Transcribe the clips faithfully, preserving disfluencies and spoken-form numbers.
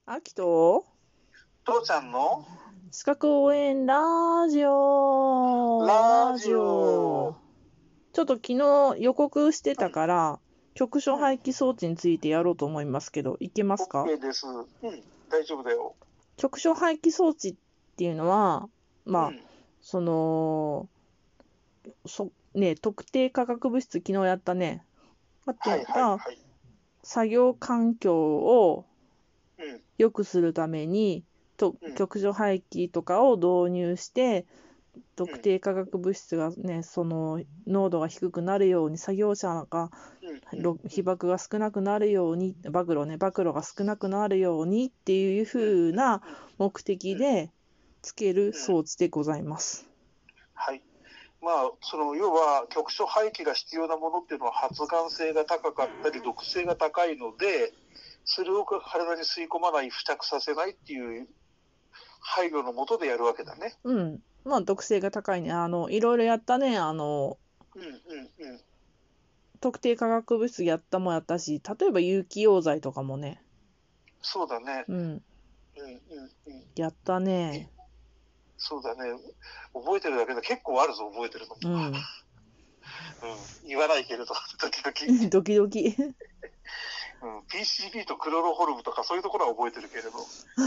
あきと父ちゃんの資格応援ラジオラジオちょっと昨日予告してたから、局所排気装置についてやろうと思いますけど、いけますか？ OK です。うん、大丈夫だよ。 局所排気装置っていうのは、まあ、 うん、 その、そね、特定化学物質昨日やったね。っていうのが、 はいはいはい。 作業環境をうん良くするために、とうん局所排気とかを導入して、 うん特定化学物質がね、その濃度が低くなるように、作業者がうんうん被曝が少なくなるように、暴露ね、暴露が少なくなるようにっていう風な目的でつける装置でございます。 はい。まあ、その要は局所排気が必要なものっていうのは発がん性が高かったり毒性が高いので、それを体に吸い込まない、付着させないっていう配慮のもとでやるわけだね。 うん。まあ、毒性が高いね。あの、いろいろやったね。あの、 うんうんうん。 特定化学物質やったもやったし、例えば有機溶剤とかもね。 そうだね。 うん。 うんうんうん。 やったね。 そうだね。覚えてるだけで結構あるぞ、覚えてるのも。 うん。 うん、言わないけれど、時々。 ドキドキ。 うん、ピーシービー とクロロホルムとかそういうところは覚えてるけれど。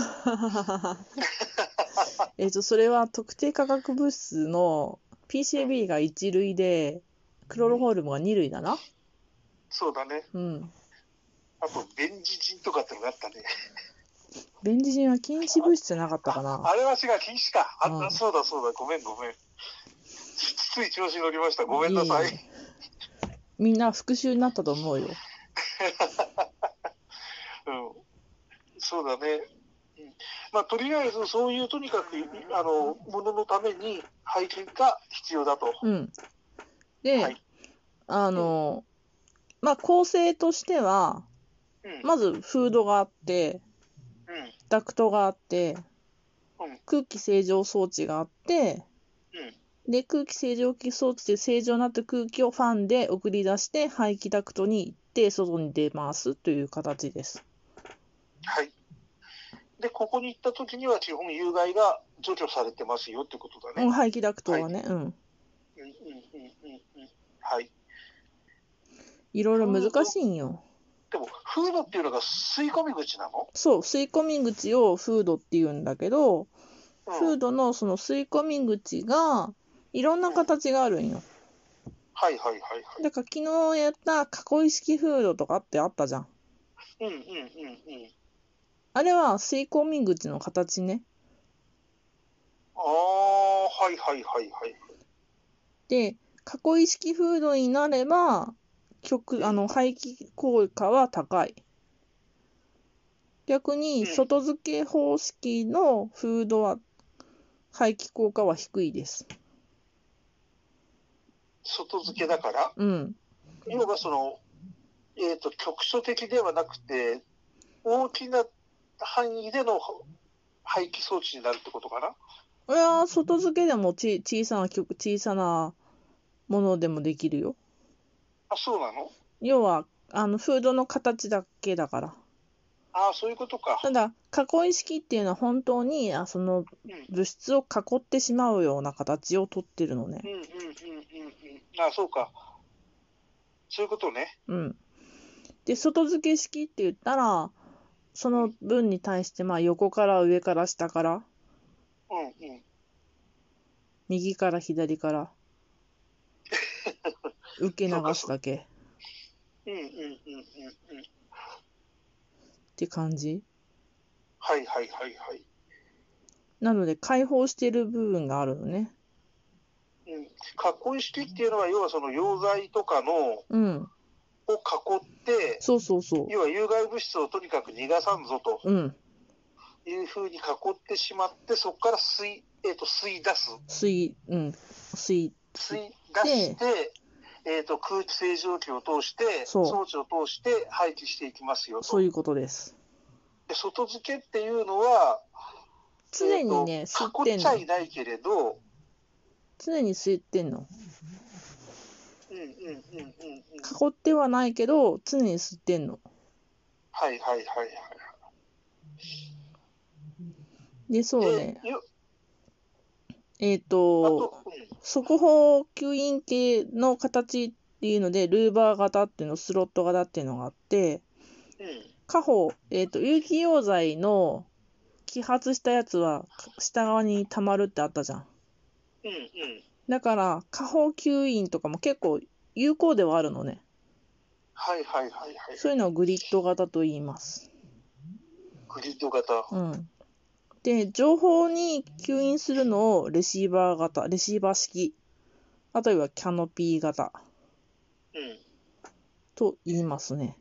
えっと、それは特定化学物質の ピーシービー がいち類で、クロロホルムがに類だな。 そうだね。 うん。 あと、ベンジジンとかってのがあったね。 ベンジジンは禁止物質じゃなかったかな。 ああれは違う、禁止か。あ、 うんそうだそうだ、ごめんごめん。つい調子乗りました。ごめんなさい。 いえいえみんな復習になったと思うよ。 うん、そうだね。まあ、とりあえずそういうとにかくあのもののために排気が必要だと。 うん。で、 はい、 あの、まあ、構成としては、 うんまずフードがあって、 うんダクトがあって、 うん空気清浄装置があって、 うん、 で、空気清浄機装置で正常になった空気をファンで送り出して排気ダクトに行って外に出ますという形です。 はい。で、ここに行った時には基本有害が除去されてますよってことだね。 うん、排気ダクトはね、うん。 うんうんうんうんうん。はい。 いろいろ難しいんよ。 でも、フードっていうのが吸い込み口なの？ そう、吸い込み口をフードって言うんだけど、 うん、 フードのその吸い込み口がいろんな形があるんよ。 はいはいはいはい。 だから昨日やった囲い式フードとかってあったじゃん。 うんうんうんうん。 あれは吸い込み口の形ね。 ああ、はいはいはいはい。 で、囲い式フードになれば、極あの排気効果は高い。逆に外付け方式のフードは排気効果は低いです。 外付けだから、 うん。 要はその、えっ、と、局所的ではなくて、大きな範囲での排気装置になるってことかな？ いやー、外付けでもち小さな曲、小さなものでもできるよ。 あ、そうなの？ 要は、あの、フードの形だけだから。 ああ、そういうことか。 ただ、囲い式っていうのは本当に、あそのうん。 物質を囲ってしまうような形をとってるのね。 うんうんうんうんうん。ああ、そうか。そういうことね。 うん。で、外付け式って言ったら、その分に対して、まあ、横から上から下から、 うんうん。 右から左から、受け流すだけうんうんうんうんうん。 って感じ。 はいはいはいはい。 なので、開放してる部分があるのね。 うん。囲い式っていうのは、要はその溶剤とかの、 うん。 を囲って、 そうそうそ要は有害物質をとにかく逃がさんぞとう。うん。 いうふうに囲ってしまって、そこから吸い、えっ、と、吸い出す。 吸い、うん。吸い、 吸い出して、えっ、と、空気清浄機を通して、 そう装置を通して排気していきますよと。 そういうことです。 で、外付けっていうのは、 常にね、吸って囲っんの。 ちゃいないけれど、 常に吸ってんの。 うんうんうんうんうん。 囲ってはないけど、常に吸ってんの。 はいはいはいはい。 で、そうでね。 よえっ、 あと、 と、うん速報吸引系の形っていうので、ルーバー型っていうの、スロット型っていうのがあって、 うん下方、えっ、と、有機溶剤の揮発したやつは下側に溜まるってあったじゃん。 うんうんだから、下方吸引とかも結構有効ではあるのね。 はいはいはいはい。 そういうのをグリッド型と言います。 グリッド型。 うん。で、情報に吸引するのをレシーバー型、レシーバー式、あとはキャノピー型うん。 と言いますね。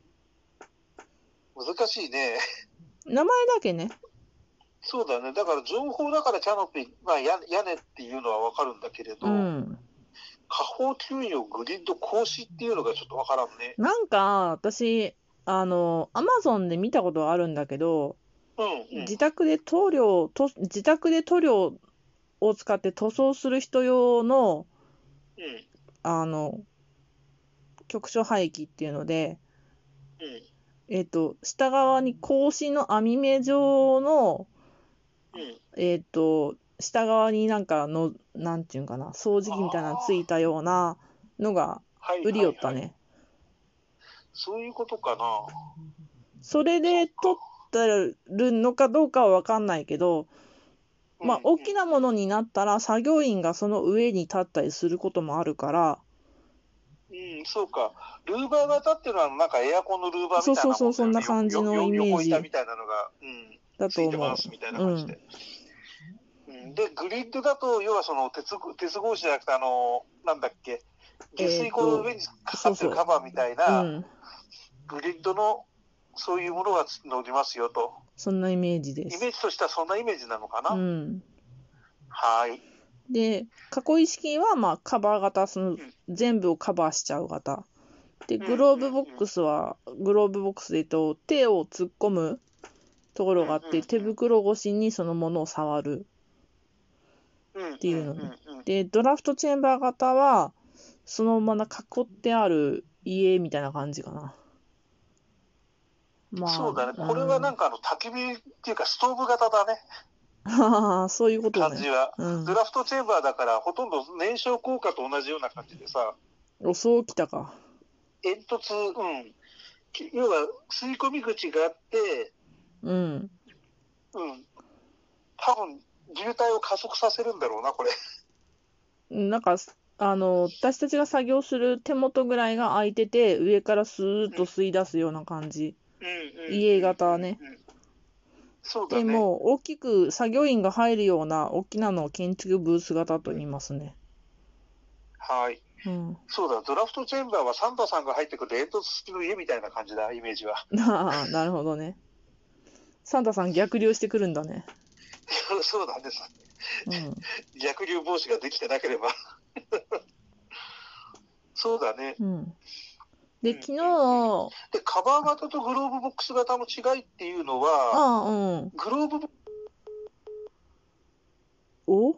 難しいね。 名前だけね。 そうだね。だから情報だからキャノピー、まあ屋屋根っていうのはわかるんだけれど、 うん。 下方吸引をグリッド格子っていうのがちょっとわからんね。 なんか、私、あの、アマゾンで見たことがあるんだけど、 うんうん。 自宅で塗料、と自宅で塗料を使って塗装する人用の、 うんあの、局所排気っていうので、 うんえっと、下側に格子の網目状の、 うん。 えっと、下側になんかの、なんていうんかな、掃除機みたいなのついたようなのがはい売りはいはい。 よったね。 そういうことかな。 それで撮ってるのかどうかはわかんないけど、まあ、 うん大きなものになったら作業員がその上に立ったりすることもあるから、 うん、そうか。ルーバー型っていうのはなんかエアコンのルーバーみたいなもんだよね。 そうそうそう、そんな感じのイメージよよよ横板みたいなのが、うん、 だと思ついてますみたいなう。う感じで。 ん。 うん、で、グリッドだと、要はその鉄鉄格子じゃなくて、あの、なんだっけ、下水溝の上にかかってるカバーみたいうな、 ん。 グリッドのそういうものが乗りますよと。 そんなイメージでイメーす。 ジとしてはそんなイメージなのかな。 うん。 はい。 で、囲い式は、まあ、カバー型、そのうん全部をカバーしちゃう型。で、 うんグローブボックスは、グローブボックスで言うと、手を突っ込むところがあって、 うんうんうん手袋越しにそのものを触るうんっていうのね。 うんうんで、ドラフトチェンバー型は、そのまま囲ってある家みたいな感じかな。まあ、 そうだね。これはなんかあの焚き火っていうかストーブ型だね。 うん、そういうことね。 感じは。 うんド。ラフトチェンバーだからほとんど燃焼効果と同じような感じでさ、 お、そうきたか。 煙突、うん。要は吸い込み口があって、 うん。 うん。多分渋滞を加速させるんだろうな、これ。 なんか、あの、私たちが作業する手元ぐらいが空いてて、上からスーッと吸い出すような感じ。 うんうん家型ね。 うんうんそうだでね。 も、大きく作業員が入るような大きなのを建築ブース型と言いますね。 はい。 うん。 そうだ、ドラフトチェンバーはサンタさんが入ってくる煙突式の家みたいな感じだ、イメージは。 ああ、なるほどね。サンタさん逆流してくるんだね。 そうだね。 うん。 逆流防止ができてなければ。そうだね。 うん。で、昨日、 で、カバー型とグローブボックス型の違いっていうのあは、 あ、うん。 グローブボックお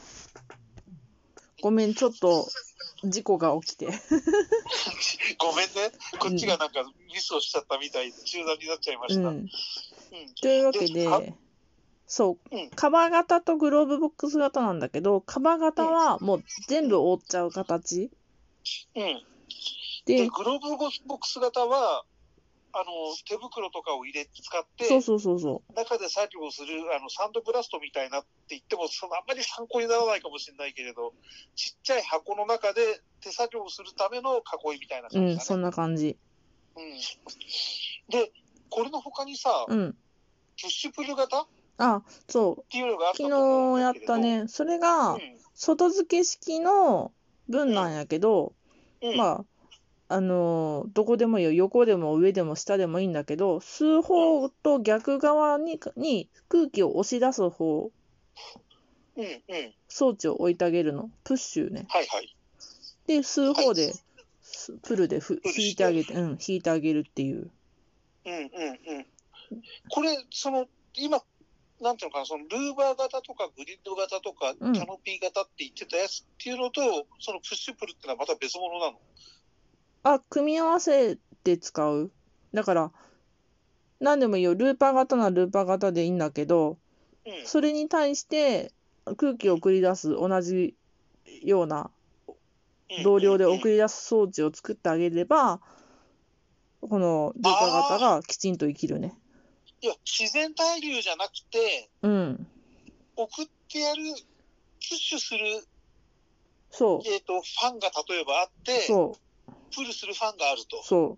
ごめん、ちょっと事故が起きて。 ス、ごめんね。こっちがなんかミスをしちゃったみたいで中断になっちゃいました。 うん。 うんというわけでかで、そううん、 カバー型とグローブボックス型なんだけど、カバー型はもう全部覆っちゃう形。 うん。で、 で、 グローブボックス型は、あの、手袋とかを入れ、使って、 そうそうそうそ中で作業をする、あの、サンドブラストみたいなって言っても、そのあんまり参考にならないかもしれないけれど、ちっちゃい箱の中で手作業をするための囲いみたいなう。 感じだね。 うん、そんな感じ。 うん。で、これの他にさ、 うん。 プッシュプル型っあ、そていうのがあっう。 た昨と思うん日やだけれど。 ったね。それうが、 ん。 外付け式の分なんやけど、 うん。 まあ、あのーどこでもいいよ。横でも上でも下でもいいんだけど、吸う方と逆側にに空気を押し出す方、 うん。うん。 装置を置いてあげるの。プッシュね。 はいはい。 で、吸う方で、すプルでふプル引いしててあげて、うん、引いてあげるっていう。 うんうんうん。これ、その、今、なんていうのかな、そのルーバー型とかグリッド型とか、 うんキャノピー型って言ってたやつっていうのと、そのプッシュプルってのはまた別物なの？ あ、組み合わせて使う。だから、何でもいいよ。ルーパー型ならルーパー型でいいんだけど、 うんそれに対して空気を送り出す同じようなうん動量でうんうん送り出す装置を作ってあげれば、この重化型がきちんと生きるね。 いや、自然対流じゃなくて、 うん。 送ってやる、プッシュする、 そえーと、ファンが例えばあっう。 て、 そプルするファンがあると。 う。そ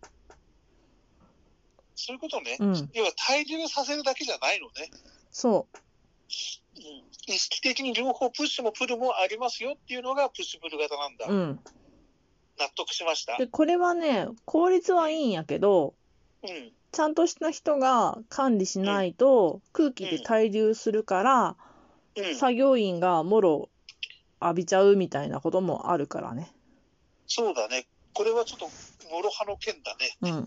そういうことね。 う。うん。 要は対流させるだけじゃないのね。 そうん、意識的に両方プッシュもプルもありますよっていうのがプッシュプル型なんだ。 う。うん。 納得しました。 で、これはね、効率はいいんやけど、 うん。 ちゃんとした人が管理しないと空気で対流するから、 うん。 作業員がもろ浴びちゃうみたいなこともあるからね。 そうだね。これはちょっと、諸刃の剣だね。 うん。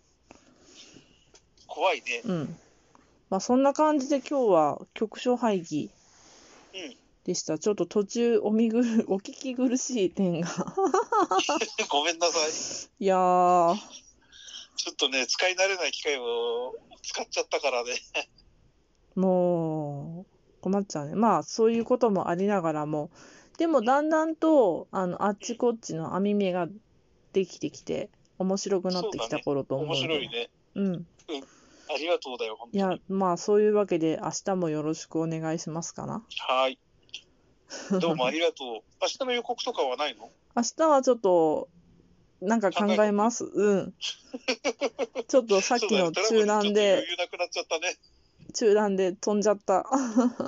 怖いね。 うん。まあそんな感じで今日は局所排気うん。 でした。ちょっと途中お見ぐる、お聞き苦しい点が。 ごめんなさい。 いやー、 ちょっとね、使い慣れない機械を使っちゃったからね。 もう困っちゃうね。まあそういうこともありながらも、でもだんだんとあのあっちこっちの網目ができてきて面白くなってきた頃と思う面んで。 白いね。 うん。 うん。ありがとうだよ、本当いに。 や、まあそういうわけで明日もよろしくお願いしますかな。 はい。どうもありがとう。明日の予告とかはないの？ 明日はちょっとなんか考えます。うん。ちょっとさっきの中断で、 余裕なくなっちゃったね。 中断で飛んじゃった。 誠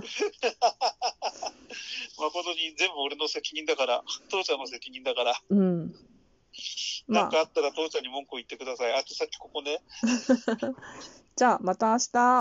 に全部俺の責任だから、父ちゃんの責任だから。 うん。 なんかあったら父ちゃんに文句を言ってください。あとさっきここね。 じゃあまた明日。